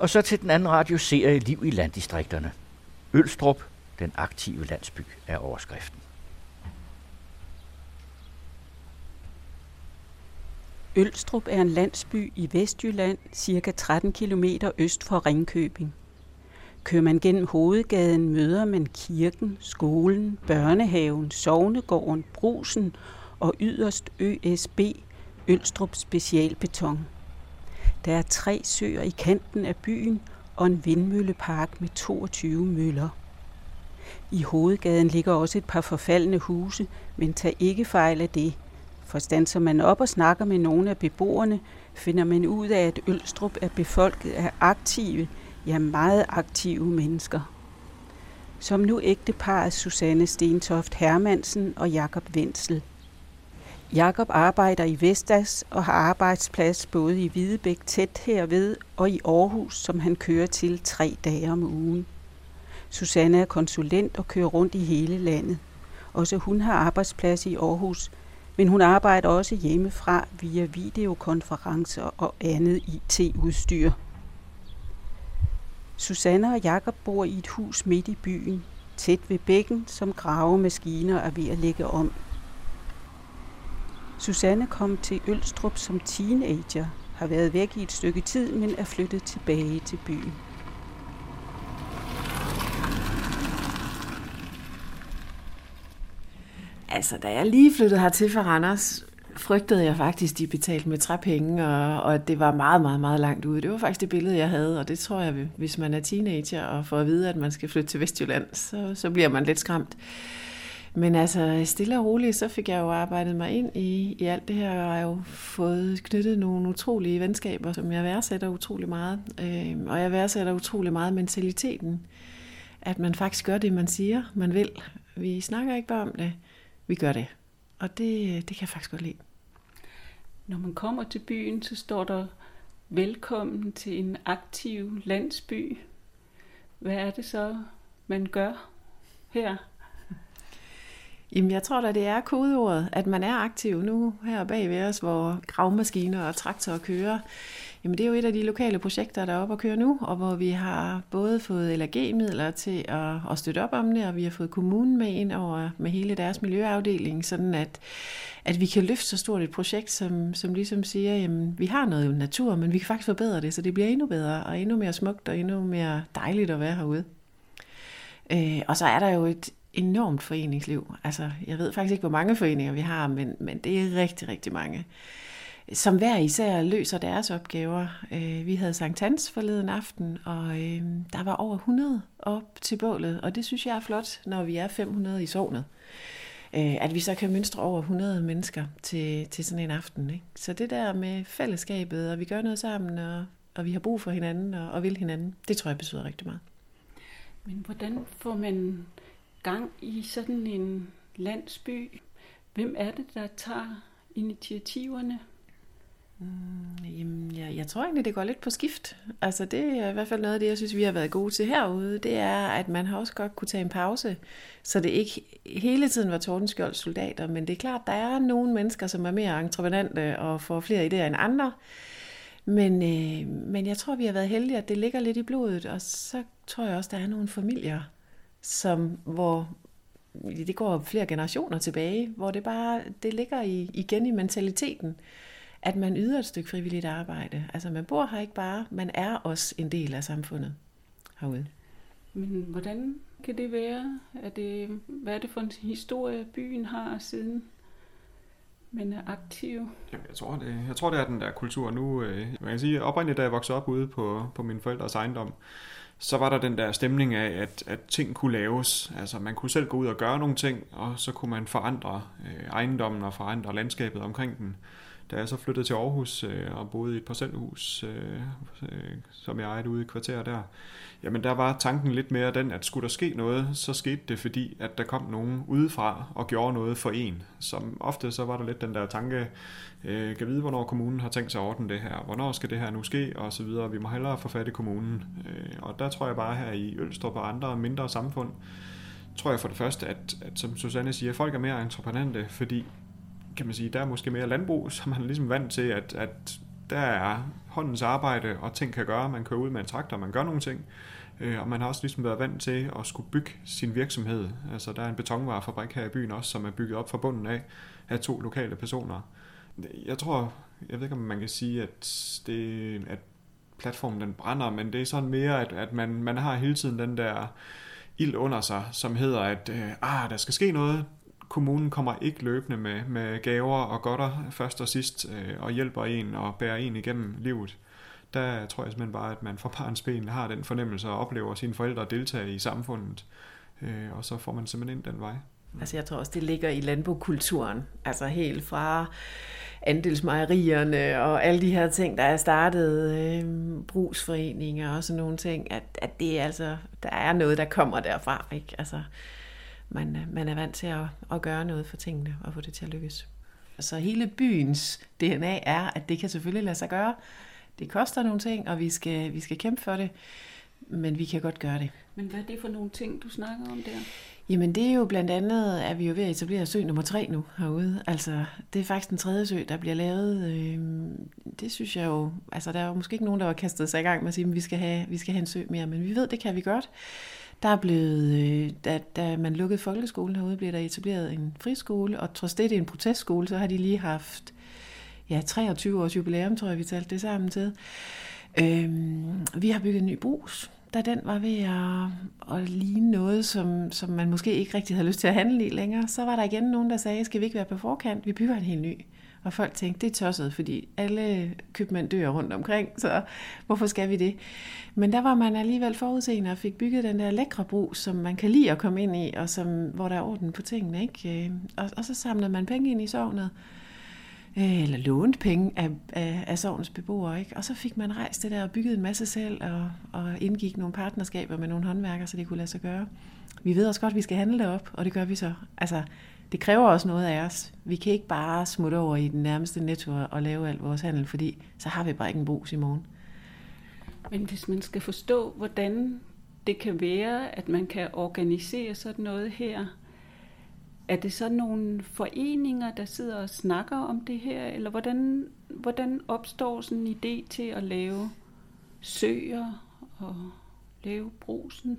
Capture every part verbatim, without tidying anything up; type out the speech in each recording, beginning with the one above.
Og så til den anden radioserie Liv i landdistrikterne. Ølstrup, den aktive landsby, er overskriften. Ølstrup er en landsby i Vestjylland, cirka tretten kilometer øst for Ringkøbing. Kører man gennem hovedgaden, møder man kirken, skolen, børnehaven, sognegården, brusen og yderst Ø S B, Ølstrup Specialbeton. Der er tre søer i kanten af byen og en vindmøllepark med toogtyve møller. I hovedgaden ligger også et par forfaldne huse, men tag ikke fejl af det. For standser man op og snakker med nogle af beboerne, finder man ud af, at Ølstrup er befolket af aktive, ja meget aktive mennesker. Som nu ægteparret Susanne Stentoft Hermansen og Jakob Wenzel. Jakob arbejder i Vestas og har arbejdsplads både i Hvidebæk tæt herved og i Aarhus, som han kører til tre dage om ugen. Susanne er konsulent og kører rundt i hele landet. Også hun har arbejdsplads i Aarhus, men hun arbejder også hjemmefra via videokonferencer og andet I T-udstyr. Susanne og Jakob bor i et hus midt i byen, tæt ved bækken, som gravemaskiner er ved at lægge om. Susanne kom til Ølstrup som teenager, har været væk i et stykke tid, men er flyttet tilbage til byen. Altså, da jeg lige flyttede hertil fra Randers, frygtede jeg faktisk, de betalte med træpenge, og, og det var meget, meget, meget langt ude. Det var faktisk det billede, jeg havde, og det tror jeg, hvis man er teenager og får at vide, at man skal flytte til Vestjylland, så, så bliver man lidt skræmt. Men altså, stille og roligt, så fik jeg jo arbejdet mig ind i, i alt det her, og jeg har jo fået knyttet nogle utrolige venskaber, som jeg værdsætter utrolig meget. Øh, og jeg værdsætter utrolig meget mentaliteten, at man faktisk gør det, man siger, man vil. Vi snakker ikke bare om det, vi gør det. Og det, det kan jeg faktisk godt lide. Når man kommer til byen, så står der velkommen til en aktiv landsby. Hvad er det så, man gør her? Jamen, jeg tror da, det er kodeordet, at man er aktiv nu her bag ved os, hvor gravemaskiner og traktorer kører. Jamen, det er jo et af de lokale projekter, der er oppe at køre nu, og hvor vi har både fået L A G-midler til at, at støtte op om det, og vi har fået kommunen med ind over med hele deres miljøafdeling, sådan at, at vi kan løfte så stort et projekt, som, som ligesom siger, jamen, vi har noget natur, men vi kan faktisk forbedre det, så det bliver endnu bedre, og endnu mere smukt, og endnu mere dejligt at være herude. Øh, og så er der jo et enormt foreningsliv. Altså, jeg ved faktisk ikke, hvor mange foreninger vi har, men, men det er rigtig, rigtig mange, som hver især løser deres opgaver. Øh, vi havde Sankt Hans forleden aften, og øh, der var over hundrede op til bålet, og det synes jeg er flot, når vi er fem hundrede i sognet. Øh, at vi så kan mønstre over hundrede mennesker til, til sådan en aften. Ikke? Så det der med fællesskabet, og vi gør noget sammen, og, og vi har brug for hinanden, og, og vil hinanden, det tror jeg betyder rigtig meget. Men hvordan får man gang i sådan en landsby? Hvem er det, der tager initiativerne? Mm, jamen, jeg, jeg tror egentlig, det går lidt på skift. Altså, det er i hvert fald noget af det, jeg synes, vi har været gode til herude. Det er, at man har også godt kunne tage en pause, så det ikke hele tiden var Tordenskjolds soldater. Men det er klart, der er nogle mennesker, som er mere entreprenante og får flere idéer end andre. Men, øh, men jeg tror, vi har været heldige, at det ligger lidt i blodet. Og så tror jeg også, der er nogle familier, som, hvor det går flere generationer tilbage, hvor det bare det ligger i, igen i mentaliteten, at man yder et stykke frivilligt arbejde. Altså man bor her ikke bare, man er også en del af samfundet herude. Men hvordan kan det være? Er det, hvad er det for en historie, byen har siden man er aktiv? Jamen, jeg tror, det, jeg tror, det er den der kultur nu. Øh, man kan sige, oprindeligt, da jeg voksede op ude på, på mine forældres ejendom, så var der den der stemning af, at, at ting kunne laves. Altså man kunne selv gå ud og gøre nogle ting, og så kunne man forandre øh, ejendommen og forandre landskabet omkring den. Da jeg så flyttede til Aarhus øh, og boede i et parcelhus, øh, øh, som jeg ejede ude i kvarter der, jamen der var tanken lidt mere den, at skulle der ske noget, så skete det, fordi at der kom nogen udefra og gjorde noget for en. Som ofte så var der lidt den der tanke, øh, kan vide, hvornår kommunen har tænkt sig at ordne det her, hvornår skal det her nu ske, og så videre. Vi må hellere få fat i kommunen. Øh, og der tror jeg bare her i Ølstrup og andre mindre samfund, tror jeg for det første, at, at som Susanne siger, folk er mere entreprenante, fordi kan man sige, der er måske mere landbrug, så man er ligesom vant til, at, at der er håndens arbejde, og ting kan gøre. Man kører ud med en traktor, man gør nogle ting. Og man har også ligesom været vant til at skulle bygge sin virksomhed. Altså der er en betonvarefabrik her i byen også, som er bygget op fra bunden af, af to lokale personer. Jeg tror, jeg ved ikke om man kan sige, at, det, at platformen den brænder, men det er sådan mere, at, at man, man har hele tiden den der ild under sig, som hedder, at øh, ah, der skal ske noget. Kommunen kommer ikke løbende med, med gaver og godter først og sidst, øh, og hjælper en og bærer en igennem livet. Der tror jeg simpelthen bare, at man fra barnsben har den fornemmelse og oplever sine forældre deltage i samfundet, øh, og så får man simpelthen ind den vej. Altså jeg tror også, det ligger i landbokulturen, altså helt fra andelsmejerierne og alle de her ting, der er startet, øh, brugsforeninger og sådan nogle ting, at, at det er altså, der er noget, der kommer derfra, ikke? Altså man, man er vant til at, at gøre noget for tingene og få det til at lykkes. Altså hele byens D N A er, at det kan selvfølgelig lade sig gøre. Det koster nogle ting, og vi skal, vi skal kæmpe for det, men vi kan godt gøre det. Men hvad er det for nogle ting, du snakker om der? Jamen det er jo blandt andet, at vi er jo ved at etablere sø nummer tre nu herude. Altså det er faktisk den tredje sø, der bliver lavet. Det synes jeg jo, altså der er jo måske ikke nogen, der har kastet sig i gang med at sige, at vi skal have, vi skal have en sø mere, men vi ved, det kan vi godt. Der er blevet, da, da man lukkede folkeskolen herude, blev der etableret en friskole, og trods det, det er en protestskole, så har de lige haft ja, treogtyve års jubilæum, tror jeg, vi talte det sammen til. Øhm, vi har bygget en ny brugs, da den var ved at, at ligne noget, som, som man måske ikke rigtig havde lyst til at handle i længere. Så var der igen nogen, der sagde, skal vi ikke være på forkant? Vi bygger en helt ny. Og folk tænkte, det er tosset, fordi alle købmænd dør rundt omkring, så hvorfor skal vi det? Men der var man alligevel forudseende og fik bygget den der lækre brugs, som man kan lide at komme ind i, og som, hvor der er orden på tingene, ikke? Og, og så samlede man penge ind i sognet, eller lånt penge af, af, af sognets beboere, ikke? Og så fik man rejst det der og bygget en masse selv, og, og indgik nogle partnerskaber med nogle håndværkere, så det kunne lade sig gøre. Vi ved også godt, at vi skal handle det op, og det gør vi så. Altså, det kræver også noget af os. Vi kan ikke bare smutte over i den nærmeste Netto og lave alt vores handel, fordi så har vi bare ikke en brugs i morgen. Men hvis man skal forstå, hvordan det kan være, at man kan organisere sådan noget her, er det så nogle foreninger, der sidder og snakker om det her, eller hvordan, hvordan opstår sådan en idé til at lave søer og lave brugsen?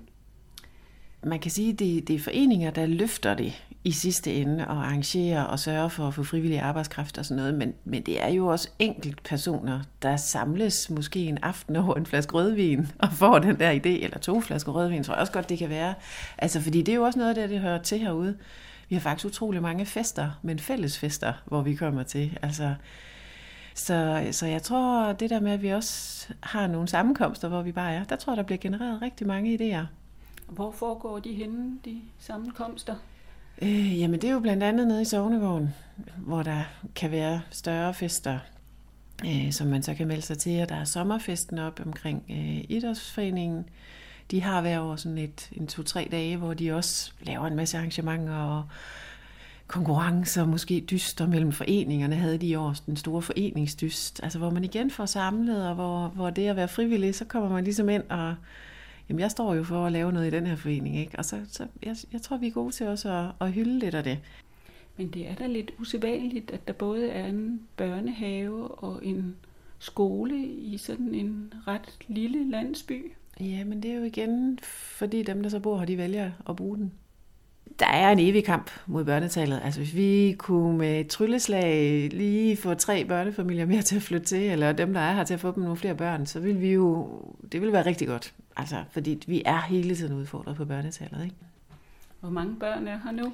Man kan sige, at det, det er foreninger, der løfter det i sidste ende og arrangerer og sørger for at få frivillig arbejdskraft og sådan noget, men, men det er jo også enkelt personer, der samles måske en aften over en flaske rødvin og får den der idé, eller to flasker rødvin, tror jeg også godt, det kan være. Altså, fordi det er jo også noget af det, det hører til herude. Vi har faktisk utrolig mange fester, men fælles fester, hvor vi kommer til. Altså, så, så jeg tror, det der med, at vi også har nogle sammenkomster, hvor vi bare er, der tror jeg, der bliver genereret rigtig mange idéer. Hvor foregår de henne, de sammenkomster? Øh, jamen det er jo blandt andet nede i Sognegården, hvor der kan være større fester, øh, som man så kan melde sig til. Og der er sommerfesten op omkring øh, idrætsforeningen. De har hver år sådan et, en to-tre dage, hvor de også laver en masse arrangementer og konkurrencer, måske dyster mellem foreningerne, havde de i år den store foreningsdyst. Altså hvor man igen får samlet, og hvor, hvor det at være frivillig, så kommer man ligesom ind og jamen, jeg står jo for at lave noget i den her forening, ikke? Og så, så jeg, jeg tror, vi er gode til også at, at hylde lidt af det. Men det er da lidt usædvanligt, at der både er en børnehave og en skole i sådan en ret lille landsby. Ja, men det er jo igen, fordi dem, der så bor her, de vælger at bruge den. Der er en evig kamp mod børnetallet. Altså hvis vi kunne med et trylleslag lige få tre børnefamilier mere til at flytte til, eller dem, der er her til at få dem nogle flere børn, så vil vi jo, det vil være rigtig godt. Altså, fordi vi er hele tiden udfordret på børnetallet, ikke? Hvor mange børn er her nu?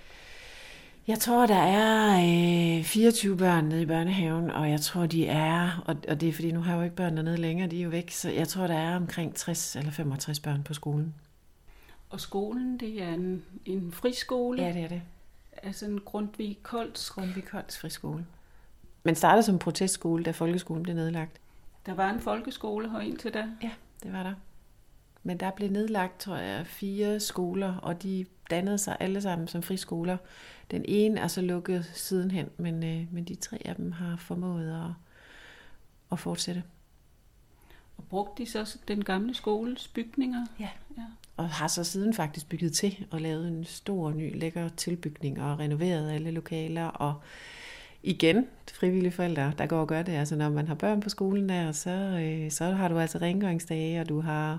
Jeg tror, der er øh, fireogtyve børn nede i børnehaven, og jeg tror, de er, og, og det er fordi, nu har jeg jo ikke børn dernede længere, de er jo væk, så jeg tror, der er omkring tres eller femogtres børn på skolen. Og skolen, det er en, en friskole? Ja, det er det. Altså en Grundtvig Kolds? Grundtvig Kolds friskole. Man startede som protestskole, da folkeskolen blev nedlagt. Der var en folkeskole her indtil da? Ja, det var der. Men der blev nedlagt, tror jeg, fire skoler, og de dannede sig alle sammen som friskoler. Den ene er så lukket sidenhen, men, øh, men de tre af dem har formået at, at fortsætte. Og brugte de så den gamle skoles bygninger? Ja. Ja. Og har så siden faktisk bygget til og lavet en stor, ny, lækker tilbygning og renoveret alle lokaler og igen frivillige forældre, der går og gør det. Altså når man har børn på skolen der, så, øh, så har du altså rengøringsdage, og du har,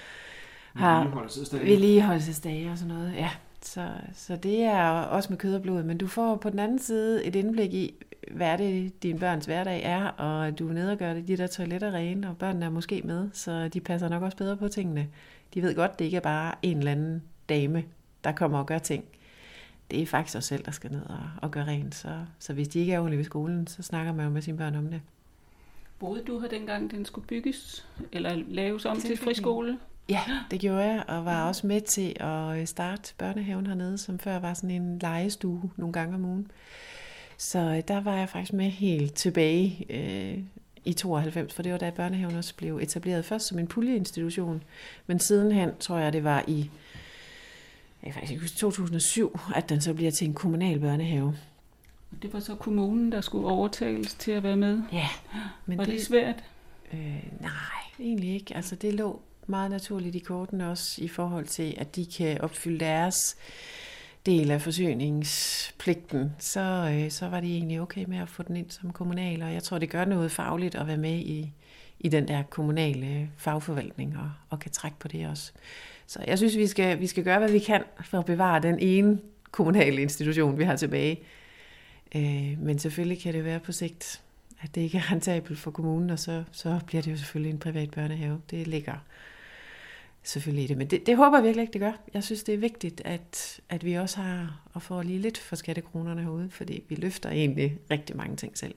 har vedligeholdelsesdage og sådan noget. Ja, så, så det er også med kød og blod. Men du får på den anden side et indblik i, hvad det din børns hverdag er, og du er nede og gør det, de der toiletter rene, og børnene er måske med, så de passer nok også bedre på tingene. De ved godt, det ikke er bare en eller anden dame, der kommer og gør ting. Det er faktisk os selv, der skal ned og, og gøre rent. Så, så hvis de ikke er ordentligt ved skolen, så snakker man jo med sine børn om det. Boede du her dengang, den skulle bygges, eller laves om til friskole? Ja, det gjorde jeg, og var også med til at starte børnehaven hernede, som før var sådan en legestue nogle gange om ugen. Så der var jeg faktisk med helt tilbage øh, i tooghalvfems, for det var da børnehaven også blev etableret først som en puljeinstitution, men sidenhen tror jeg, det var i jeg kan faktisk ikke huske, to tusind og syv, at den så bliver til en kommunal børnehave. Det var så kommunen, der skulle overtales til at være med? Ja. Men var det, det svært? Øh, nej, egentlig ikke. Altså det lå meget naturligt i kortene også i forhold til, at de kan opfylde deres del af forsyningspligten. Så, øh, så var de egentlig okay med at få den ind som kommunal, og jeg tror, det gør noget fagligt at være med i, i den der kommunale fagforvaltning og, og kan trække på det også. Så jeg synes, vi skal, vi skal gøre, hvad vi kan for at bevare den ene kommunale institution, vi har tilbage. Øh, men selvfølgelig kan det være på sigt, at det ikke er rentabelt for kommunen, og så, så bliver det jo selvfølgelig en privat børnehave. Det ligger selvfølgelig i det, men det, det håber jeg virkelig ikke, det gør. Jeg synes, det er vigtigt, at, at vi også har og får lige lidt for skattekronerne herude, fordi vi løfter egentlig rigtig mange ting selv.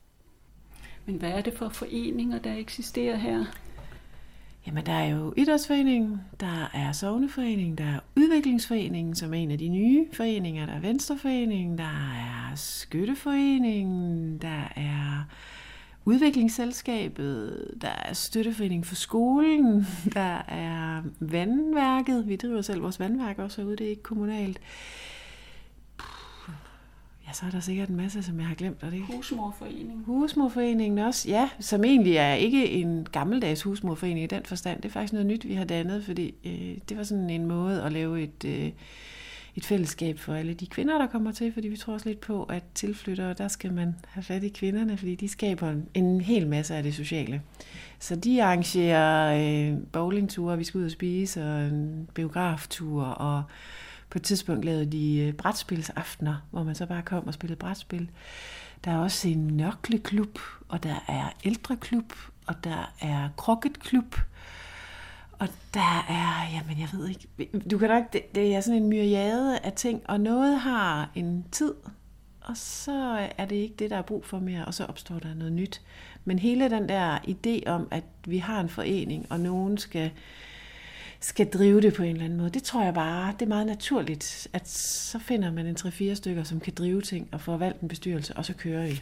Men hvad er det for foreninger, der eksisterer her? Jamen, der er jo idrætsforeningen, der er sogneforeningen, der er udviklingsforeningen, som er en af de nye foreninger, der er venstreforeningen, der er skytteforeningen, der er udviklingsselskabet, der er støtteforeningen for skolen, der er vandværket, vi driver selv vores vandværk også herude, det er ikke kommunalt. Ja, så er der sikkert en masse, som jeg har glemt. Er det ikke? Husmorforeningen. Husmorforeningen også, ja, som egentlig er ikke en gammeldags husmorforening i den forstand. Det er faktisk noget nyt, vi har dannet, fordi øh, det var sådan en måde at lave et, øh, et fællesskab for alle de kvinder, der kommer til, fordi vi tror også lidt på, at tilflyttere, der skal man have fat i kvinderne, fordi de skaber en, en hel masse af det sociale. Så de arrangerer øh, bowlingture, vi skal ud og spise, og en biograftur, og på et tidspunkt lavede de brætspilsaftener, hvor man så bare kom og spillede brætspil. Der er også en nørkleklub, og der er ældreklub, og der er kroketklub, og der er, jamen jeg ved ikke, du kan nok, det, det er sådan en myriade af ting, og noget har en tid, og så er det ikke det, der er brug for mere, og så opstår der noget nyt. Men hele den der idé om, at vi har en forening, og nogen skal skal drive det på en eller anden måde. Det tror jeg bare, det er meget naturligt, at så finder man en tre-fire stykker, som kan drive ting og få valgt en bestyrelse, og så kører I.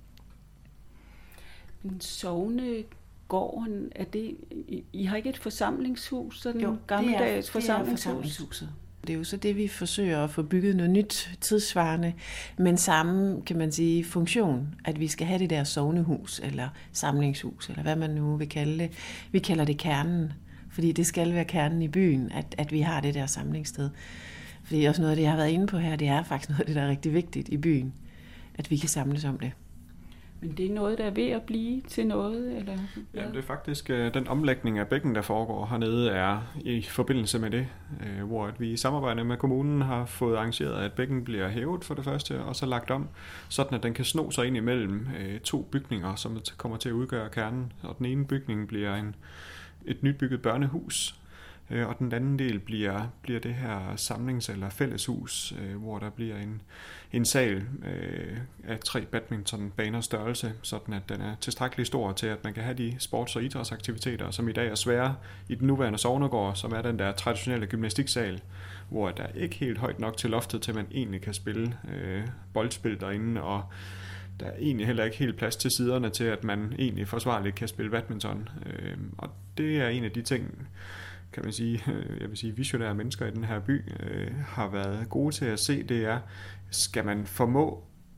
Men sognegården, er det, I, I har ikke et forsamlingshus, sådan jo, gammeldags det er, forsamlingshus? Det er forsamlingshuset. Det er jo så det, vi forsøger at få bygget noget nyt tidsvarende, men samme, kan man sige, funktion, at vi skal have det der sognehus, eller samlingshus, eller hvad man nu vil kalde det. Vi kalder det kernen. Fordi det skal være kernen i byen, at, at vi har det der samlingssted. Fordi også noget af det, jeg har været inde på her, det er faktisk noget af det, der er rigtig vigtigt i byen, at vi kan samles om det. Men det er noget, der er ved at blive til noget? Eller ja, det er faktisk uh, den omlægning af bækken, der foregår hernede, er i forbindelse med det, uh, hvor at vi i samarbejde med kommunen har fået arrangeret, at bækken bliver hævet for det første, og så lagt om, sådan at den kan sno sig ind imellem uh, to bygninger, som kommer til at udgøre kernen. Og den ene bygning bliver en et nybygget børnehus, og den anden del bliver, bliver det her samlings- eller fælleshus, hvor der bliver en, en sal af tre badmintonbaner størrelse, sådan at den er tilstrækkeligt stor til, at man kan have de sports- og idrætsaktiviteter, som i dag er svære i den nuværende sognegård, som er den der traditionelle gymnastiksal, hvor der ikke helt højt nok til loftet, til man egentlig kan spille øh, boldspil derinde, og der er egentlig heller ikke helt plads til siderne til, at man egentlig forsvarligt kan spille badminton. Øh, og det er en af de ting, kan man sige, øh, jeg vil sige, visionære mennesker i den her by øh, har været gode til at se, det er, skal man formå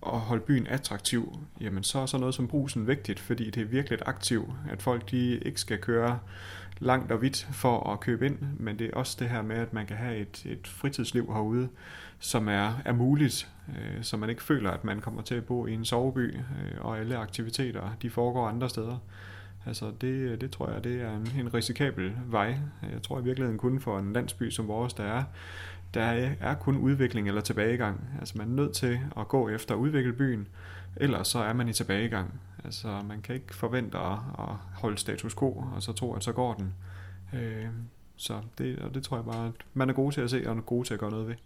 at holde byen attraktiv, jamen så er så noget som Brugsen vigtigt, fordi det er virkelig aktivt, at folk de ikke skal køre langt og vidt for at købe ind, men det er også det her med, at man kan have et, et fritidsliv herude, som er, er muligt, øh, så man ikke føler, at man kommer til at bo i en soveby, øh, og alle aktiviteter, de foregår andre steder. Altså det, det tror jeg, det er en, en risikabel vej. Jeg tror i virkeligheden kun for en landsby som vores, der er, der er kun udvikling eller tilbagegang. Altså man er nødt til at gå efter at udvikle byen, ellers så er man i tilbagegang. Altså man kan ikke forvente at, at holde status quo, og så tro, at så går den. Øh, så det, og det tror jeg bare, at man er god til at se, og er god til at gøre noget ved.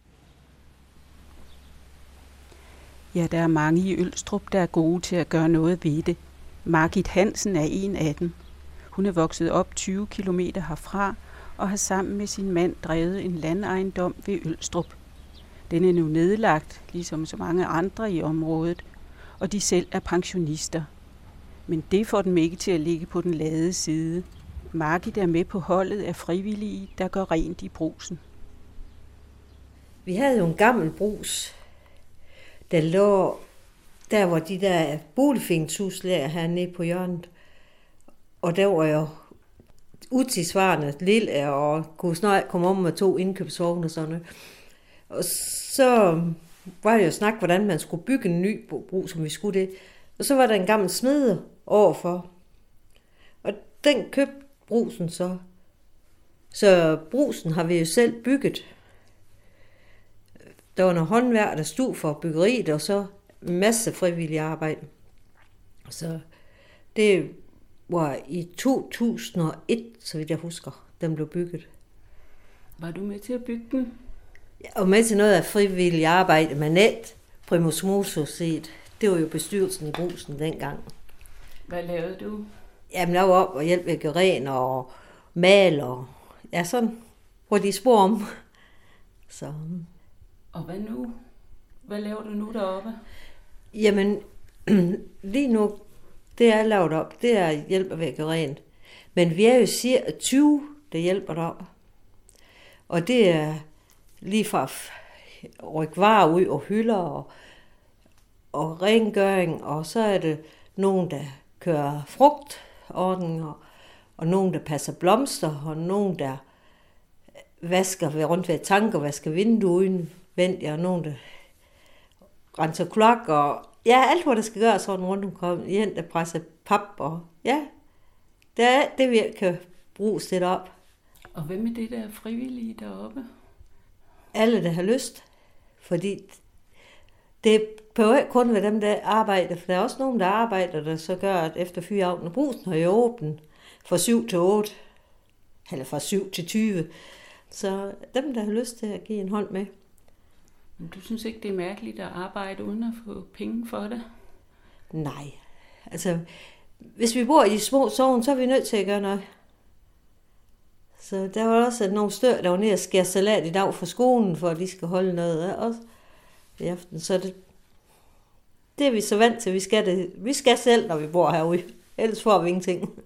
Ja, der er mange i Ølstrup, der er gode til at gøre noget ved det. Margit Hansen er en af dem. Hun er vokset op tyve kilometer herfra og har sammen med sin mand drevet en landejendom ved Ølstrup. Den er nu nedlagt, ligesom så mange andre i området, og de selv er pensionister. Men det får dem ikke til at ligge på den lade side. Margit er med på holdet af frivillige, der gør rent i Brugsen. Vi havde jo en gammel brus, der lå der, hvor de der boligfængshus ligger hernede på hjørnet. Og der var jo utilsvarende lille, og kunne snart komme om med to indkøbsvogne og sådan noget. Og så var det jo snak, hvordan man skulle bygge en ny brug, som vi skulle det. Og så var der en gammel smede overfor. Og den købte Brugsen så. Så Brugsen har vi jo selv bygget. Der var noget håndværk, der stod for byggeriet, og så en masse frivillig arbejde. Så det var i to tusind og et, så vidt jeg husker, den blev bygget. Var du med til at bygge den? Jeg var med til noget af frivillig arbejde med net, primus motor set. Det var jo bestyrelsen i Brugsen dengang. Hvad lavede du? Jamen, jeg var op og hjælpe med geren og mal og ja, sådan, hvor de spor om. Så. Og hvad nu? Hvad laver du nu deroppe? Jamen, lige nu, det er lavet op, det er hjælp at vække rent. Men vi er jo cirka tyve, der hjælper deroppe. Og det er lige fra at rykke varer ud og hylder og, og rengøring, og så er det nogen, der kører frugtordning, og, og nogen, der passer blomster, og nogen, der vasker ved rundt ved tanker, vasker vinduer vendt, og nogen, der renser klok, og ja, alt hvad der skal gøres sådan rundt omkring, en der presser pap, og ja, det er det, vi kan bruge sted op. Og hvad med det der frivillige deroppe? Alle, der har lyst, fordi det behøver ikke kun være dem, der arbejder, for der er også nogen, der arbejder, der så gør, at efter fyreaften, Brugsen har jo åbent fra syv til otte, eller fra syv til tyve, så dem, der har lyst til at give en hånd med. Men du synes ikke, det er mærkeligt at arbejde uden at få penge for det? Nej, altså, hvis vi bor i de små sovn, så er vi nødt til at gøre noget. Så der var også nogle stør, der var nede og skære salat i dag fra skolen, for at de skal holde noget af også i aften. Så det, det er vi så vant til. Vi skal, det, vi skal selv, når vi bor herude. Ellers får vi ingenting.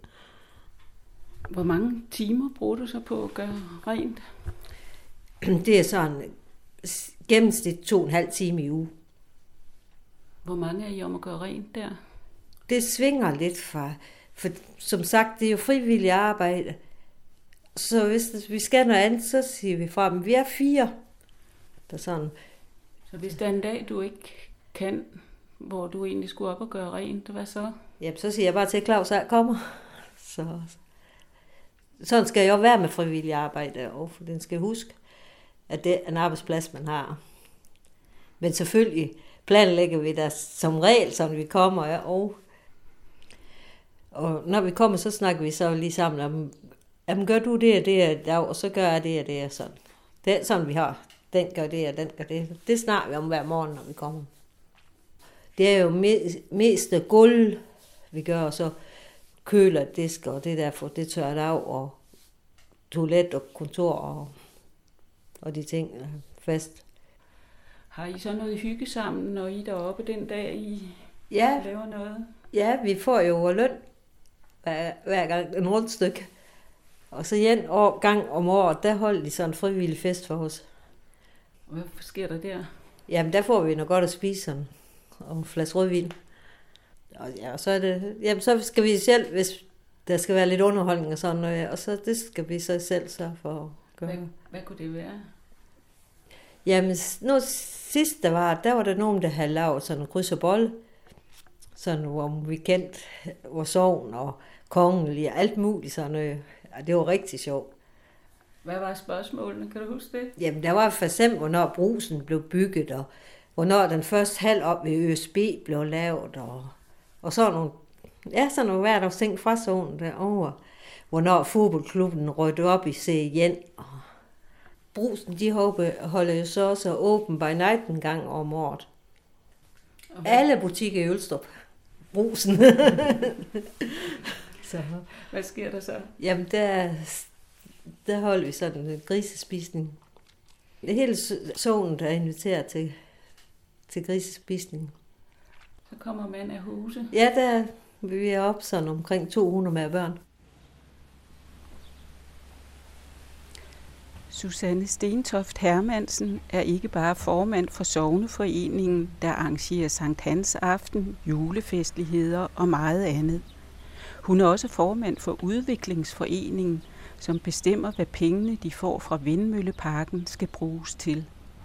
Hvor mange timer bruger du så på at gøre rent? Det er sådan gennemsnit to og en halv time i uge. Hvor mange er I om at gøre rent der? Det svinger lidt fra, for som sagt, det er jo frivilligt arbejde. Så hvis vi skal noget andet, så siger vi fra dem, vi er fire. Der sådan. Så hvis der er en dag, du ikke kan, hvor du egentlig skulle op og gøre rent, hvad så? Jamen, så siger jeg bare til, at Claus her kommer. Så, sådan skal jeg jo være med frivillig arbejde, og for den skal huske, at det er en arbejdsplads, man har. Men selvfølgelig planlægger vi der som regel, som vi kommer, ja, og, og når vi kommer, så snakker vi så lige sammen om, jamen gør du det og det og, og så gør jeg det og det og sådan. Det er sådan, vi har. Den gør det og den gør det. Det snakker vi om hver morgen, når vi kommer. Det er jo mest gulv, vi gør, og så køler, disk og det der, for det tørret af, og toilet og kontor og, og de ting fast. Har I så noget hygge sammen, når I er deroppe den dag, I ja, laver noget? Ja, vi får jo løn hver, hver gang en rundstykke. Og så en år, gang om året, der holder de sådan en frivillig fest for os. Hvad sker der der? Jamen, der får vi noget godt at spise sådan. og en flaske rødvin. Og, ja, og så, er det, jamen, så skal vi selv, hvis der skal være lidt underholdning og sådan noget, og så det skal vi så selv så for at gøre. Hvad, hvad kunne det være? Jamen, nu sidst der var, der var der nogen, der havde lavet sådan en kryds og bold, sådan hvor vi kendte vores sogn og kongelig og alt muligt sådan noget. Ja, det var rigtig sjovt. Hvad var spørgsmålene? Kan du huske det? Jamen, der var for eksempel, hvornår Brugsen blev bygget, og hvornår den første hal op ved Ø S B blev lavet, og, og sådan nogle, ja, sådan nogle hverdags ting fra sognen derovre. Hvornår fodboldklubben rødte op i C igen. Og Brugsen, de holder jo så også åben by night en gang om året. Okay. Alle butikker i Ølstrup. Brugsen. Så. Hvad sker der så? Jamen, der, der holder vi sådan en grisespisning. Hele sognet er inviteret til, til grisespisning. Så kommer man af huse? Ja, der vi er op sådan omkring to hundrede med børn. Susanne Stentoft Hermansen er ikke bare formand for Sogneforeningen, der arrangerer Sankt Hans aften, julefestligheder og meget andet. Hun er også formand for Udviklingsforeningen, som bestemmer, hvad pengene, de får fra Vindmølleparken, skal bruges til.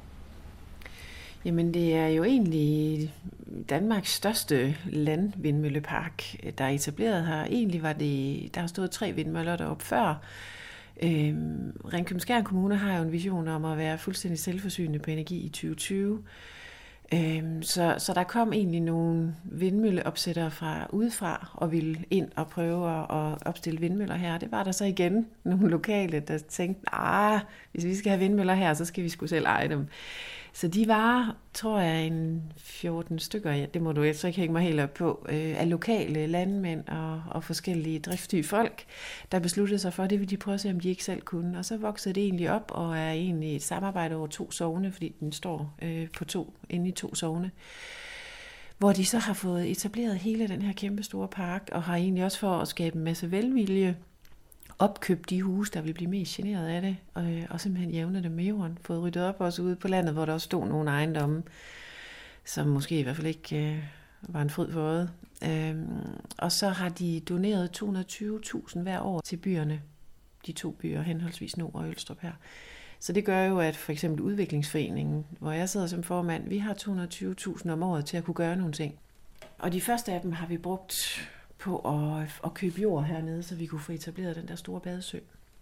Jamen, det er jo egentlig Danmarks største landvindmøllepark, der er etableret her. Egentlig var det, der har stået tre vindmøller deroppe før. Øhm, Ringkøbing-Skjern Kommune har jo en vision om at være fuldstændig selvforsynende på energi i tyve tyve. Øhm, så, så der kom egentlig nogle vindmølleopsættere fra udefra og ville ind og prøve at opstille vindmøller her. Det var der så igen nogle lokale, der tænkte, ah, hvis vi skal have vindmøller her, så skal vi sgu selv eje dem. Så de var, tror jeg, en fjorten stykker, ja, det må du så ikke hænge mig helt op på, øh, af lokale landmænd og, og forskellige driftssyge folk, der besluttede sig for, at det ville de prøve at se, om de ikke selv kunne. Og så voksede det egentlig op og er egentlig et samarbejde over to sogne, fordi den står øh, på to, inde i to sogne, hvor de så har fået etableret hele den her kæmpe store park, og har egentlig også for at skabe en masse velvilje, opkøbt de huse, der ville blive mest generet af det, og, og simpelthen jævne dem med jorden. Fået ryddet op også ude på landet, hvor der også stod nogle ejendomme, som måske i hvert fald ikke øh, var en fryd for øjet. Øhm, og så har de doneret to hundrede og tyve tusind hver år til byerne, de to byer, henholdsvis Nord og Ølstrup her. Så det gør jo, at for eksempel Udviklingsforeningen, hvor jeg sidder som formand, vi har to hundrede og tyve tusind om året til at kunne gøre nogle ting. Og de første af dem har vi brugt på at, at købe jord hernede, så vi kunne få etableret den der store badesø.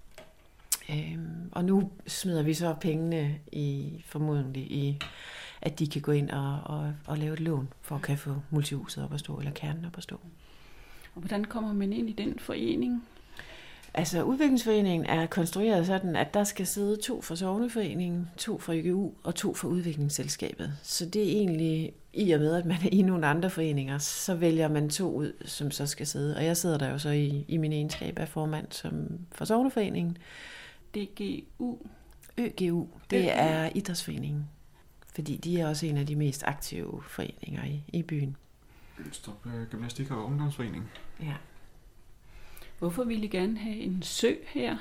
Øhm, og nu smider vi så pengene i, formodentlig i, at de kan gå ind og, og, og lave et lån, for at kan få multihuset op at stå, eller kernen op at stå. Og hvordan kommer man ind i den forening? Altså, Udviklingsforeningen er konstrueret sådan, at der skal sidde to fra Sogneforeningen, to fra Y G U og to fra Udviklingsselskabet. Så det er egentlig, i og med, at man er i nogle andre foreninger, så vælger man to ud, som så skal sidde. Og jeg sidder der jo så i, i min egenskab af formand som for Sogneforeningen. D G U? Ø G U, det er idrætsforeningen. Fordi de er også en af de mest aktive foreninger i, i byen. Ølstrup Gymnastik og Ungdomsforening. Ja. Hvorfor ville I gerne have en sø her?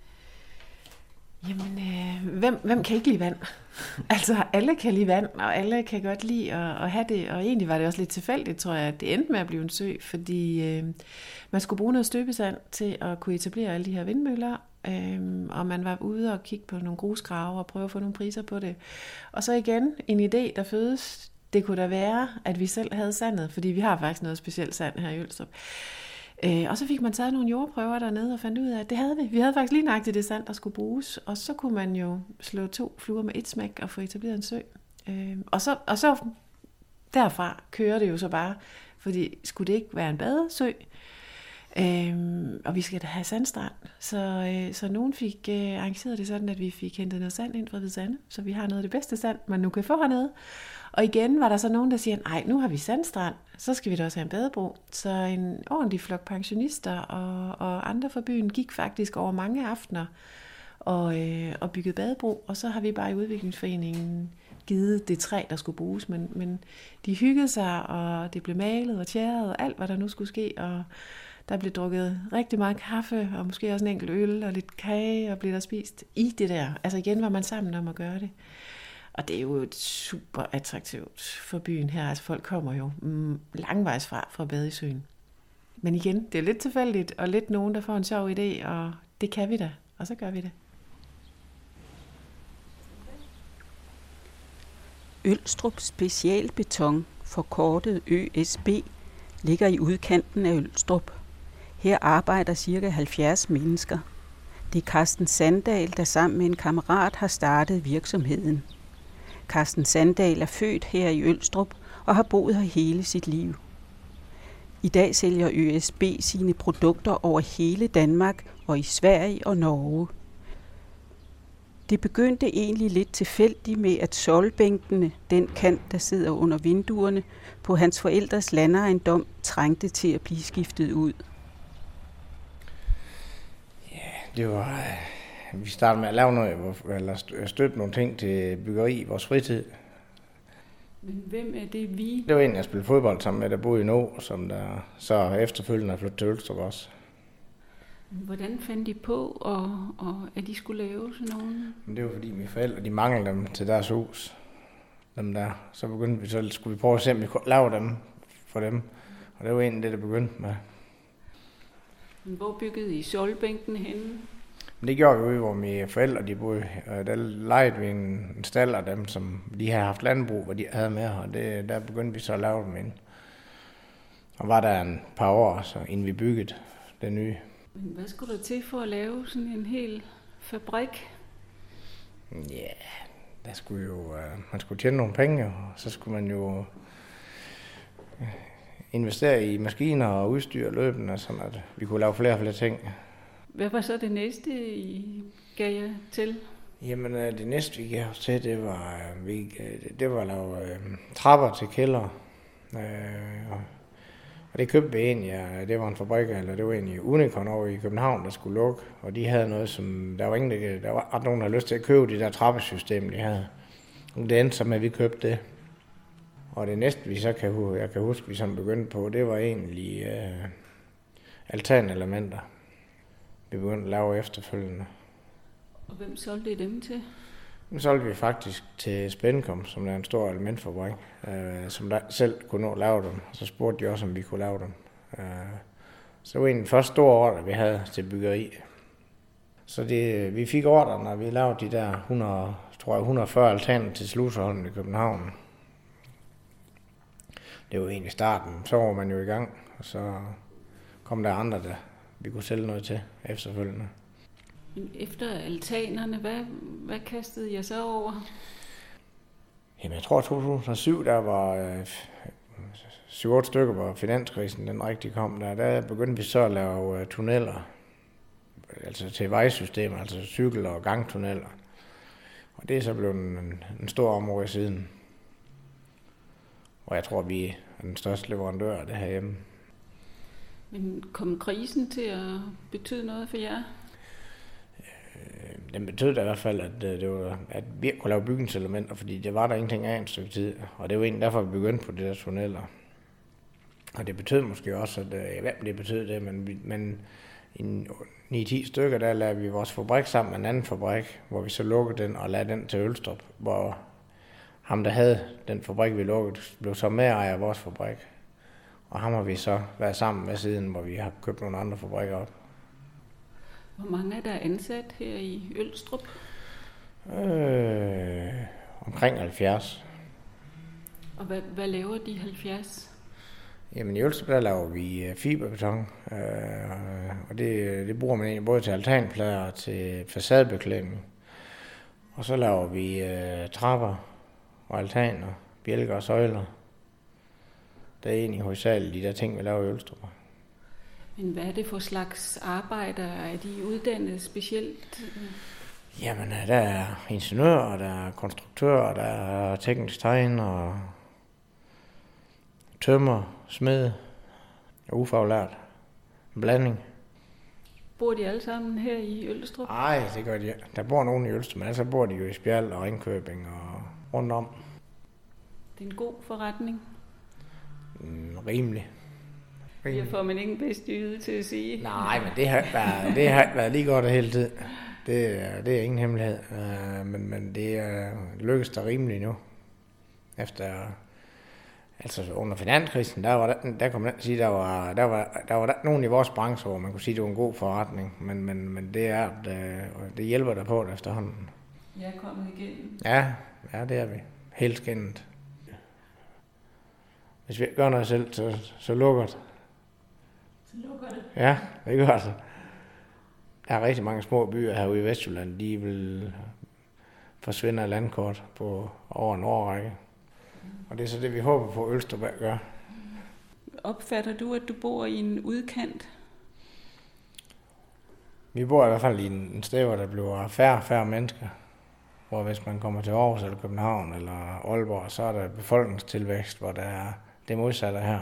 Jamen, øh, hvem, hvem kan ikke lide vand? Altså, alle kan lide vand, og alle kan godt lide at, at have det. Og egentlig var det også lidt tilfældigt, tror jeg, at det endte med at blive en sø, fordi øh, man skulle bruge noget støbesand til at kunne etablere alle de her vindmøller. Øh, og man var ude og kigge på nogle grusgrave og prøve at få nogle priser på det. Og så igen, en idé, der fødes. Det kunne da være, at vi selv havde sandet, fordi vi har faktisk noget specielt sand her i Ølstrup. Øh, og så fik man taget nogle jordprøver dernede og fandt ud af, at det havde vi. Vi havde faktisk lige nøjagtigt det sand, der skulle bruges. Og så kunne man jo slå to fluer med et smæk og få etableret en sø. Øh, og, så, og så derfra kører det jo så bare, fordi skulle det ikke være en badesø, øh, og vi skal da have sandstrand. Så, øh, så nogen fik øh, arrangeret det sådan, at vi fik hentet noget sand ind fra Hvidsande, så vi har noget af det bedste sand, man nu kan få hernede. Og igen var der så nogen, der siger, nej, nu har vi sandstrand, så skal vi da også have en badebro. Så en ordentlig flok pensionister og, og andre fra byen gik faktisk over mange aftener og, øh, og byggede badebro. Og så har vi bare i Udviklingsforeningen givet det træ, der skulle bruges. Men, men de hyggede sig, og det blev malet og tjæret og alt, hvad der nu skulle ske. Og der blev drukket rigtig meget kaffe, og måske også en enkelt øl og lidt kage, og blev der spist i det der. Altså igen var man sammen om at gøre det. Og det er jo et super attraktivt for byen her. Altså folk kommer jo mm, langvejs fra fra Badesøen. Men igen, det er lidt tilfældigt, og lidt nogen, der får en sjov idé, og det kan vi da, og så gør vi det. Ølstrup Specialbeton, forkortet Ø S B, ligger i udkanten af Ølstrup. Her arbejder ca. halvfjerds mennesker. Det er Carsten Sandahl, der sammen med en kammerat har startet virksomheden. Carsten Sandahl er født her i Ølstrup og har boet her hele sit liv. I dag sælger Ø S B sine produkter over hele Danmark og i Sverige og Norge. Det begyndte egentlig lidt tilfældigt med, at solbænkene, den kant, der sidder under vinduerne, på hans forældres landejendom, trængte til at blive skiftet ud. Ja, det var... Vi startede med at lave noget, eller støtte nogle ting til byggeri i vores fritid. Men hvem er det vi? Det var en, jeg spillede fodbold sammen med, der boede i Nå, som der så efterfølgende er flyttet til Ølstrup også. Hvordan fandt de på, og, og at de skulle lave sådan nogle? Men det var fordi mine forældre, de manglede dem til deres hus. Dem der. Så begyndte vi, så skulle vi prøve at se, om vi kunne lave dem for dem. Og det var egentlig det, der begyndte med. Hvor byggede I solbænken henne? Men det gjorde vi ude, hvor mine forældre de boede. Der lejede vi en, en stald af dem, som de havde haft landbrug, hvor de havde med. Og det, der begyndte vi så at lave dem ind. Og var der en par år, så inden vi byggede det nye. Men hvad skulle der til for at lave sådan en hel fabrik? Ja, yeah, der skulle jo, uh, man skulle tjene nogle penge, og så skulle man jo uh, investere i maskiner og udstyr løbende, så at vi kunne lave flere og flere ting. Hvad var så det næste, I gav jer til? Jamen, uh, det næste, vi gav os til, det var, uh, vi, uh, det var at lave uh, trapper til kælder. Uh, Og det købte vi egentlig, ja, det var en fabrik, eller det var egentlig Unicon over i København, der skulle lukke. Og de havde noget, som, der var ingen, der, der var ret nogen, der havde lyst til at købe det der trappesystem, de havde. Og det endte så med, at vi købte det. Og det næste, vi så kan, jeg kan huske, vi sådan begyndte på, det var egentlig uh, altanelementer. Vi begyndte at lave efterfølgende. Og hvem solgte I dem til? Nu solgte vi faktisk til Spændkom, som er en stor elementfabrik, øh, som der selv kunne nå at lave dem. Så spurgte de også, om vi kunne lave dem. Øh, så var en af de første store ordre, vi havde til byggeri. Så det, vi fik ordre, når vi lavede de der hundrede, tror jeg, et hundrede og fyrre altaner til Sluserholmen i København. Det var egentlig starten. Så var man jo i gang, og så kom der andre, der vi kunne sælge noget til efterfølgende. Efter altanerne, hvad, hvad kastede jeg så over? Jamen, jeg tror, i to tusind og syv, der var øh, syv otte stykker, hvor finanskrisen den rigtig kom. Der, der begyndte vi så at lave øh, tunneller, altså til vejsystemer, altså cykel- og gangtunneller. Og det er så blevet en, en stor område siden. Og jeg tror, vi er den største leverandør af det herhjemme. Men kom krisen til at betyde noget for jer? Den betød da i hvert fald, at, det var, at vi kunne lave bygningselementer, fordi det var der ingenting af en stykke tid. Og det var egentlig derfor, vi begyndte på de der tunneller. Og det betød måske også, at jeg ved, det betød det, men, men i ni ti stykker, der lavede vi vores fabrik sammen med en anden fabrik, hvor vi så lukkede den og lagde den til Ølstrup, hvor ham, der havde den fabrik, vi lukkede, blev så medejer af vores fabrik. Og ham har vi så været sammen med siden, hvor vi har købt nogle andre fabrikker op. Hvor mange er der ansat her i Ølstrup? Øh, omkring halvfjerds. Og hvad, hvad laver de halvfjerds? Jamen i Ølstrup, der laver vi fiberbeton, øh, og det, det bruger man egentlig både til altanplader og til facadebeklædning. Og så laver vi øh, trapper og altaner, bjælker og søjler. Det er egentlig hovedsageligt de der ting, vi laver i Ølstrup. Men hvad er det for slags arbejder? Er de uddannet specielt? Jamen, der er ingeniører, der er konstruktører, der er teknisk tegner, tømmer, smed og ufaglært. En blanding. Bor de alle sammen her i Ølstrup? Nej, det gør de. Der bor nogen i Ølstrup, men altså bor de jo i Spjald og Ringkøbing og rundt om. Det er en god forretning. Mm, rimelig. Her får man ingen bedste yde til at sige. Nej, men det har, været, det har været lige godt hele tiden. Det er, det er ingen hemmelighed, øh, men, men det er lykkes der rimeligt nu. Efter, altså under finanskrisen, der var der, der kan man sige, der var, der var, der var der nogen i vores branche, hvor man kunne sige, det var en god forretning, men, men, men det er, det, det hjælper der på det efterhånden. Jeg er kommet igennem. Ja, ja, det er vi. Helt skinnet. Hvis vi ikke gør noget selv, så, så lukker det. Så lukker det? Ja, det gør det. Der er rigtig mange små byer herude i Vestjylland, de vil forsvinde af landkort på over en årrække. Og det er så det, vi håber på, Ølstrup gør. Opfatter du, at du bor i en udkant? Vi bor i hvert fald i en sted, hvor der bliver færre og færre mennesker. Hvor hvis man kommer til Aarhus eller København eller Aalborg, så er der befolkningstilvækst, hvor der er det modsatte her.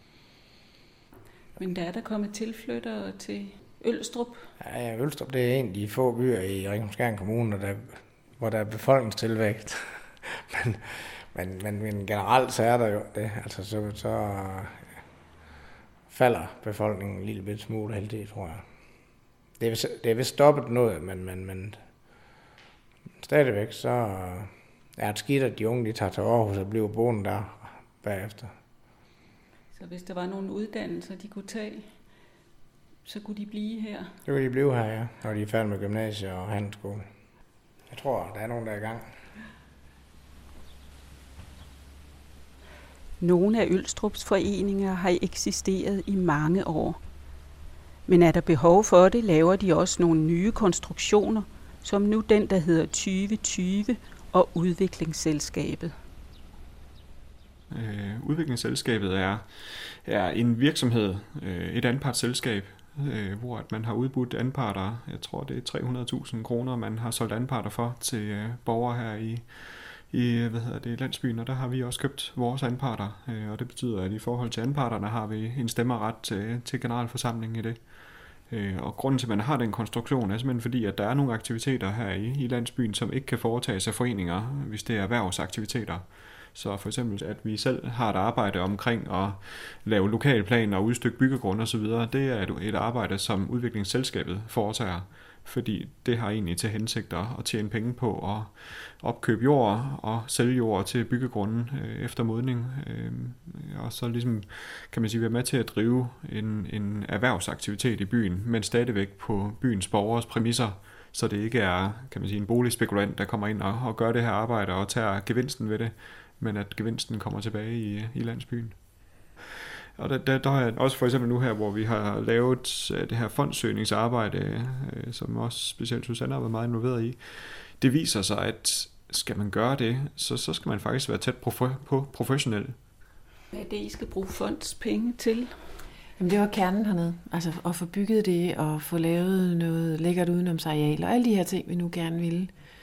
Men der er der kommet tilflyttere til Ølstrup? Ja, Ølstrup det er en af de få byer i Ringkøbing Kommune, der, hvor der er befolkningstilvækst. men, men, men, men generelt så er der jo det. Altså så, så falder befolkningen en lille bit smule heldig, tror jeg. Det er vist, det er vist stoppet noget, men, men, men stadigvæk så er det skidt, at de unge de tager til Aarhus og bliver boende der bagefter. Så hvis der var nogle uddannelser, de kunne tage, så kunne de blive her? Så kunne de blive her, ja, når de er færdige med gymnasiet og handelsskole. Jeg tror, der er nogen, der er i gang. Nogle af Ølstrups foreninger har eksisteret i mange år. Men er der behov for det, laver de også nogle nye konstruktioner, som nu den, der hedder tyve tyve og Udviklingsselskabet. Øh, Udviklingsselskabet er, er en virksomhed, øh, et anpartsselskab, øh, hvor man har udbudt anparter, jeg tror det er tre hundrede tusind kroner, man har solgt anparter for til øh, borgere her i, i hvad hedder det, landsbyen, og der har vi også købt vores anparter, øh, og det betyder, at i forhold til anparterne har vi en stemmeret til, til generalforsamlingen i det. Og grunden til, at man har den konstruktion, er simpelthen fordi, at der er nogle aktiviteter her i, i landsbyen, som ikke kan foretages af foreninger, hvis det er erhvervsaktiviteter. Så for eksempel, at vi selv har et arbejde omkring at lave lokalplaner og udstykke byggegrund osv., det er et, et arbejde, som Udviklingsselskabet foretager, fordi det har egentlig til hensigt at tjene penge på at opkøbe jord og sælge jord til byggegrunden øh, efter modning. Øh, og så ligesom, kan man sige, være med til at drive en, en erhvervsaktivitet i byen, men stadigvæk på byens borgers præmisser, så det ikke er, kan man sige, en boligspekulant, der kommer ind og, og gør det her arbejde og tager gevinsten ved det, men at gevinsten kommer tilbage i, i landsbyen. Og der, der, der er også for eksempel nu her, hvor vi har lavet det her fondssøgningsarbejde, øh, som også specielt Susanne har været meget involveret i. Det viser sig, at skal man gøre det, så, så skal man faktisk være tæt på, på professionel. Hvad er det, I skal bruge fondspenge til? Jamen, det var kernen hernede. Altså at få bygget det og få lavet noget lækkert udenomsareal og alle de her ting, vi nu gerne ville.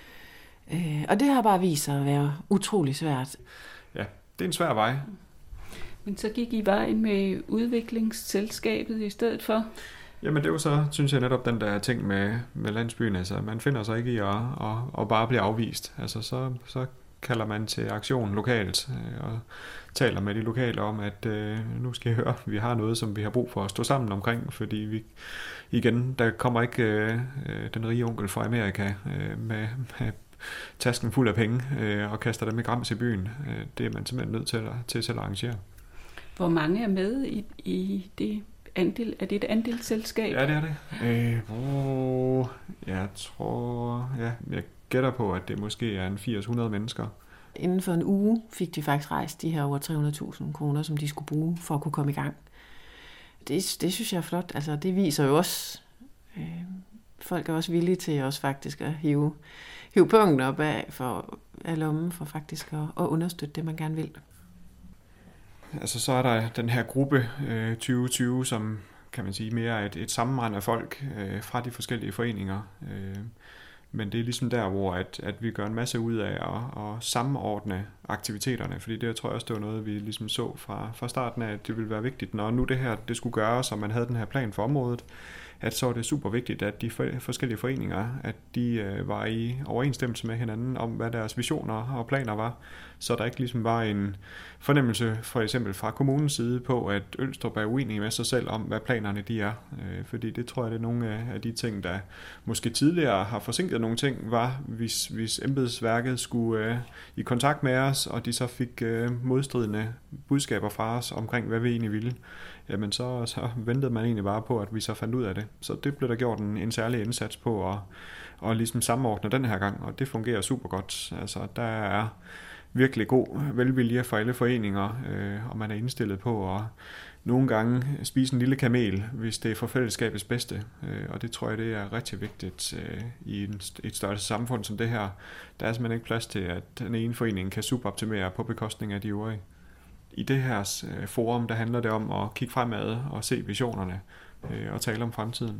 Øh, og det har bare vist sig at være utrolig svært. Ja, det er en svær vej. Men så gik I vejen med Udviklingsselskabet i stedet for? Jamen det er jo så, synes jeg, netop den der ting med, med landsbyen. Altså man finder sig ikke i at, at, at bare blive afvist. Altså så, så kalder man til aktion lokalt øh, og taler med de lokale om, at øh, nu skal I høre, vi har noget, som vi har brug for at stå sammen omkring, fordi vi igen, der kommer ikke øh, den rige onkel fra Amerika øh, med, med tasken fuld af penge øh, og kaster dem i grams i byen. Øh, det er man simpelthen nødt til at, til selv at arrangere. Hvor mange er med i, i det andel? Er det et andelsselskab? Ja, det er det. Øh, oh, jeg tror, ja, jeg gætter på, at det måske er en firs til hundrede mennesker. Inden for en uge fik de faktisk rejst de her over tre hundrede tusind kroner, som de skulle bruge for at kunne komme i gang. Det, det synes jeg er flot. Altså, det viser jo også, øh, folk er også villige til også faktisk at hive, hive punkten op af, for, af lommen for faktisk at, at understøtte det, man gerne vil. Altså så er der den her gruppe øh, tyve tyve, som kan man sige mere er et, et sammenrend af folk øh, fra de forskellige foreninger. Øh, men det er ligesom der, hvor at, at vi gør en masse ud af at, at samordne aktiviteterne, fordi det tror jeg også, det var noget, vi ligesom så fra, fra starten af, at det ville være vigtigt, når nu det her det skulle gøres, og man havde den her plan for området, at så var det super vigtigt, at de forskellige foreninger, at de øh, var i overensstemmelse med hinanden om, hvad deres visioner og planer var, så der ikke ligesom var en fornemmelse for eksempel fra kommunens side på, at Ølstrup er uenig med sig selv om, hvad planerne de er. Øh, fordi det tror jeg, det er nogle af de ting, der måske tidligere har forsinket nogle ting, var, hvis, hvis embedsværket skulle øh, i kontakt med os, og de så fik øh, modstridende budskaber fra os omkring, hvad vi egentlig ville. Jamen så, så ventede man egentlig bare på, at vi så fandt ud af det. Så det blev der gjort en, en særlig indsats på at, at ligesom samordne den her gang, og det fungerer super godt. Altså der er virkelig god velvilje for alle foreninger, øh, og man er indstillet på at nogle gange spise en lille kamel, hvis det er for fællesskabets bedste. Øh, og det tror jeg, det er rigtig vigtigt øh, i en, et større samfund som det her. Der er simpelthen ikke plads til, at den ene forening kan suboptimere på bekostning af de øvrige. I det her forum, der handler det om at kigge fremad og se visionerne øh, og tale om fremtiden.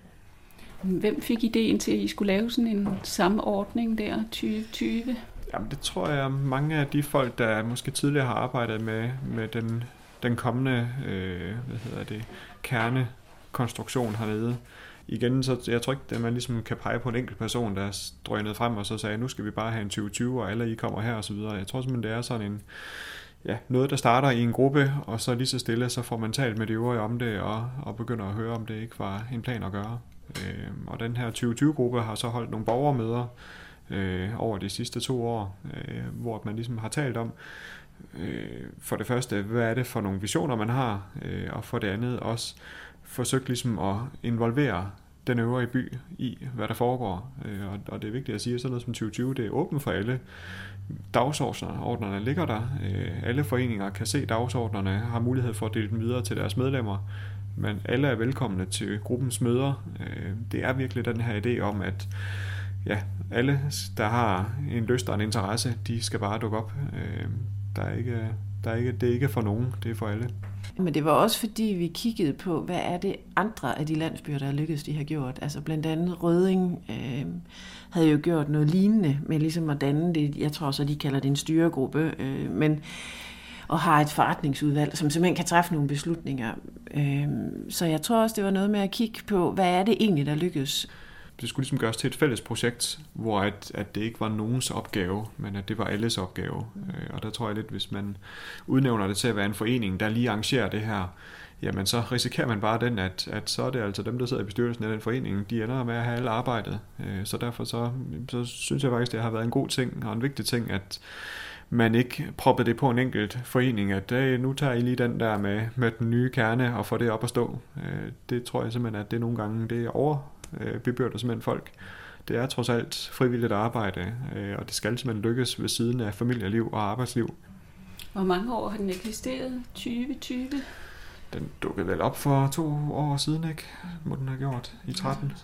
Hvem fik ideen til, at I skulle lave sådan en samordning der tyve tyve? Jamen det tror jeg, mange af de folk, der måske tidligere har arbejdet med, med den, den kommende øh, hvad hedder det, kernekonstruktion hernede. Igen, så jeg tror ikke, at man ligesom kan pege på en enkelt person, der drønede frem og så sagde, nu skal vi bare have en tyve tyve, og alle I kommer her og så videre. Jeg tror simpelthen, det er sådan en Ja, noget, der starter i en gruppe, og så lige så stille, så får man talt med de øvrige om det, og, og begynder at høre, om det ikke var en plan at gøre. Øh, og den her tyve tyve-gruppe har så holdt nogle borgermøder øh, over de sidste to år, øh, hvor man ligesom har talt om, øh, for det første, hvad er det for nogle visioner, man har, øh, og for det andet også forsøgt ligesom at involvere den øvrige by i, hvad der foregår. Øh, og, og det er vigtigt at sige, at sådan noget som tyve tyve, det er åbent for alle. Dagsordnerne ligger der. Alle foreninger kan se dagsordnerne, har mulighed for at dele dem videre til deres medlemmer, men alle er velkomne til gruppens møder. Det er virkelig den her idé om, at ja, alle, der har en lyst og en interesse, de skal bare dukke op. Der er ikke, der er ikke, det er ikke for nogen, det er for alle. Men det var også fordi, vi kiggede på, hvad er det andre af de landsbyer, der er lykkedes, de har gjort. Altså blandt andet Rødding øh, havde jo gjort noget lignende, med ligesom at danne det, jeg tror så, de kalder det en styregruppe, øh, men, og har et forretningsudvalg, som simpelthen kan træffe nogle beslutninger. Øh, så jeg tror også, det var noget med at kigge på, hvad er det egentlig, der lykkedes. Det skulle ligesom gøres til et fælles projekt, hvor at, at det ikke var nogens opgave, men at det var alles opgave. Mm. Og der tror jeg lidt, hvis man udnævner det til at være en forening, der lige arrangerer det her, jamen så risikerer man bare den, at, at så er det altså dem, der sidder i bestyrelsen af den forening, de ender med at have alle arbejdet. Så derfor så, så synes jeg faktisk, det har været en god ting og en vigtig ting, at man ikke proppede det på en enkelt forening, at nu tager I lige den der med, med den nye kerne og får det op at stå. Det tror jeg simpelthen, at det nogle gange det er over bebyrder simpelthen folk. Det er trods alt frivilligt arbejde, og det skal simpelthen lykkes ved siden af familieliv og arbejdsliv. Hvor mange år har den eksisteret? tyve tyve? Den dukkede vel op for to år siden, ikke? Må den have gjort i tretten.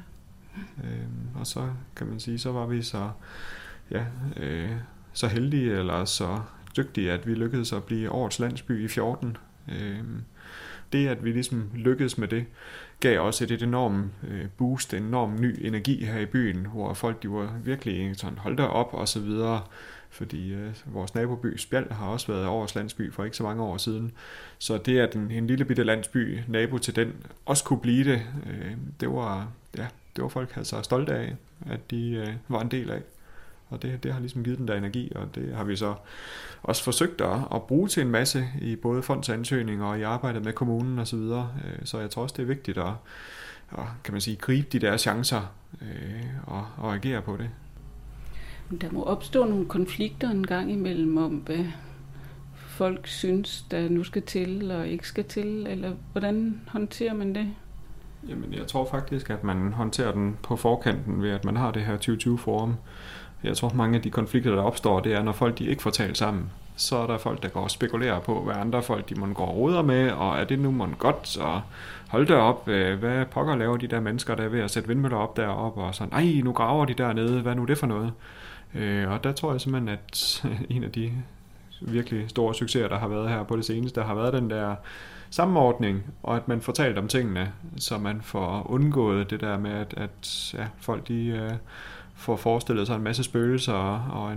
Øhm, og så kan man sige, så var vi så, ja, øh, så heldige eller så dygtige, at vi lykkedes at blive årets landsby i fjorten. Øhm, Det, at vi ligesom lykkedes med det, gav også et enormt boost, en enorm ny energi her i byen, hvor folk de var virkelig sådan, holdt der op og så videre, fordi øh, vores naboby Spjald har også været årets landsby for ikke så mange år siden. Så det, at en, en lille bitte landsby, nabo til den, også kunne blive det, øh, det var, ja, det var folk altså stolte af, at de øh, var en del af. Og det, det har ligesom givet den der energi, og det har vi så også forsøgt at, at bruge til en masse i både fondsansøgninger og i arbejdet med kommunen og så videre. Så jeg tror også, det er vigtigt at, at kan man sige, gribe de der chancer øh, og, og agere på det. Der må opstå nogle konflikter en gang imellem om, hvad folk synes, der nu skal til og ikke skal til, eller hvordan håndterer man det? Jamen, jeg tror faktisk, at man håndterer den på forkanten ved, at man har det her tyve tyve-forum. Jeg tror, mange af de konflikter, der opstår, det er, når folk de ikke får talt sammen. Så er der folk, der går og spekulerer på, hvad andre folk de må gå og roder med, og er det nu må godt, og hold da op, hvad pokker laver de der mennesker, der er ved at sætte vindmøller op deroppe, og sådan, ej, nu graver de dernede, hvad er nu det for noget? Og der tror jeg simpelthen, at en af de virkelig store succeser, der har været her på det seneste, der har været den der sammenordning, og at man får talt om tingene, så man får undgået det der med, at, at ja, folk de... får forestillet sig en masse spøgelser og en,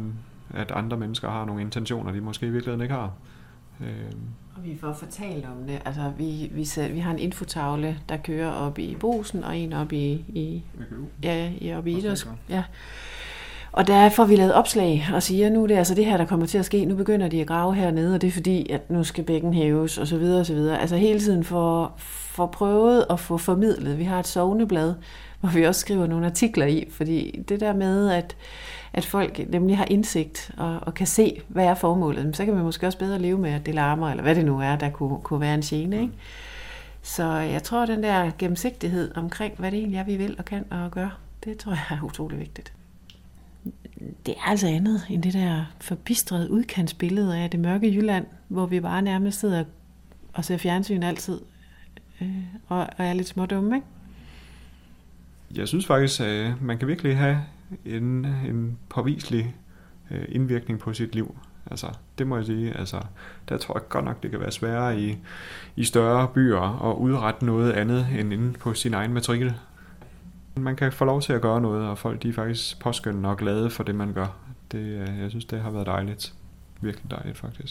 at andre mennesker har nogle intentioner, de måske i virkeligheden ikke har. Øh. Og vi får fortalt om det. Altså, vi, vi, ser, vi har en infotavle, der kører op i Brugsen, og en op i, i, ja, i, op i Idræs. Ja. Og der får vi lavet opslag og siger, nu er det altså det her, der kommer til at ske. Nu begynder de at grave hernede, og det er fordi, at nu skal bækken hæves, og så videre, og så videre. Altså hele tiden for, for prøvet at få formidlet. Vi har et sogneblad, hvor vi også skriver nogle artikler i, fordi det der med, at, at folk nemlig har indsigt og, og kan se, hvad er formålet, så kan man måske også bedre leve med, at det larmer, eller hvad det nu er, der kunne, kunne være en gene, ikke? Så jeg tror, den der gennemsigtighed omkring, hvad det egentlig er, vi vil og kan og gøre, det tror jeg er utrolig vigtigt. Det er altså andet end det der forbistrede udkantsbillede af det mørke Jylland, hvor vi bare nærmest sidder og ser fjernsyn altid, øh, og, og er lidt smådumme, ikke? Jeg synes faktisk, at man kan virkelig have en, en påviselig indvirkning på sit liv. Altså, det må jeg sige. Altså, der tror jeg godt nok, det kan være sværere i, i større byer at udrette noget andet end inde på sin egen matrikel. Man kan få lov til at gøre noget, og folk de er faktisk påskyndende og glade for det, man gør. Det, jeg synes, det har været dejligt. Virkelig dejligt, faktisk.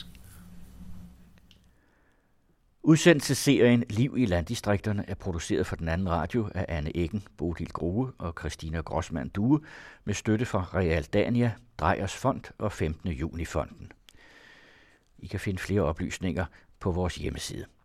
Udsendelsesserien Liv i landdistrikterne er produceret for Den Anden Radio af Anne Eggen, Bodil Grue og Christina Grossmann Due med støtte fra Realdania, Dreyers Fond og femtende juni Fonden. I kan finde flere oplysninger på vores hjemmeside.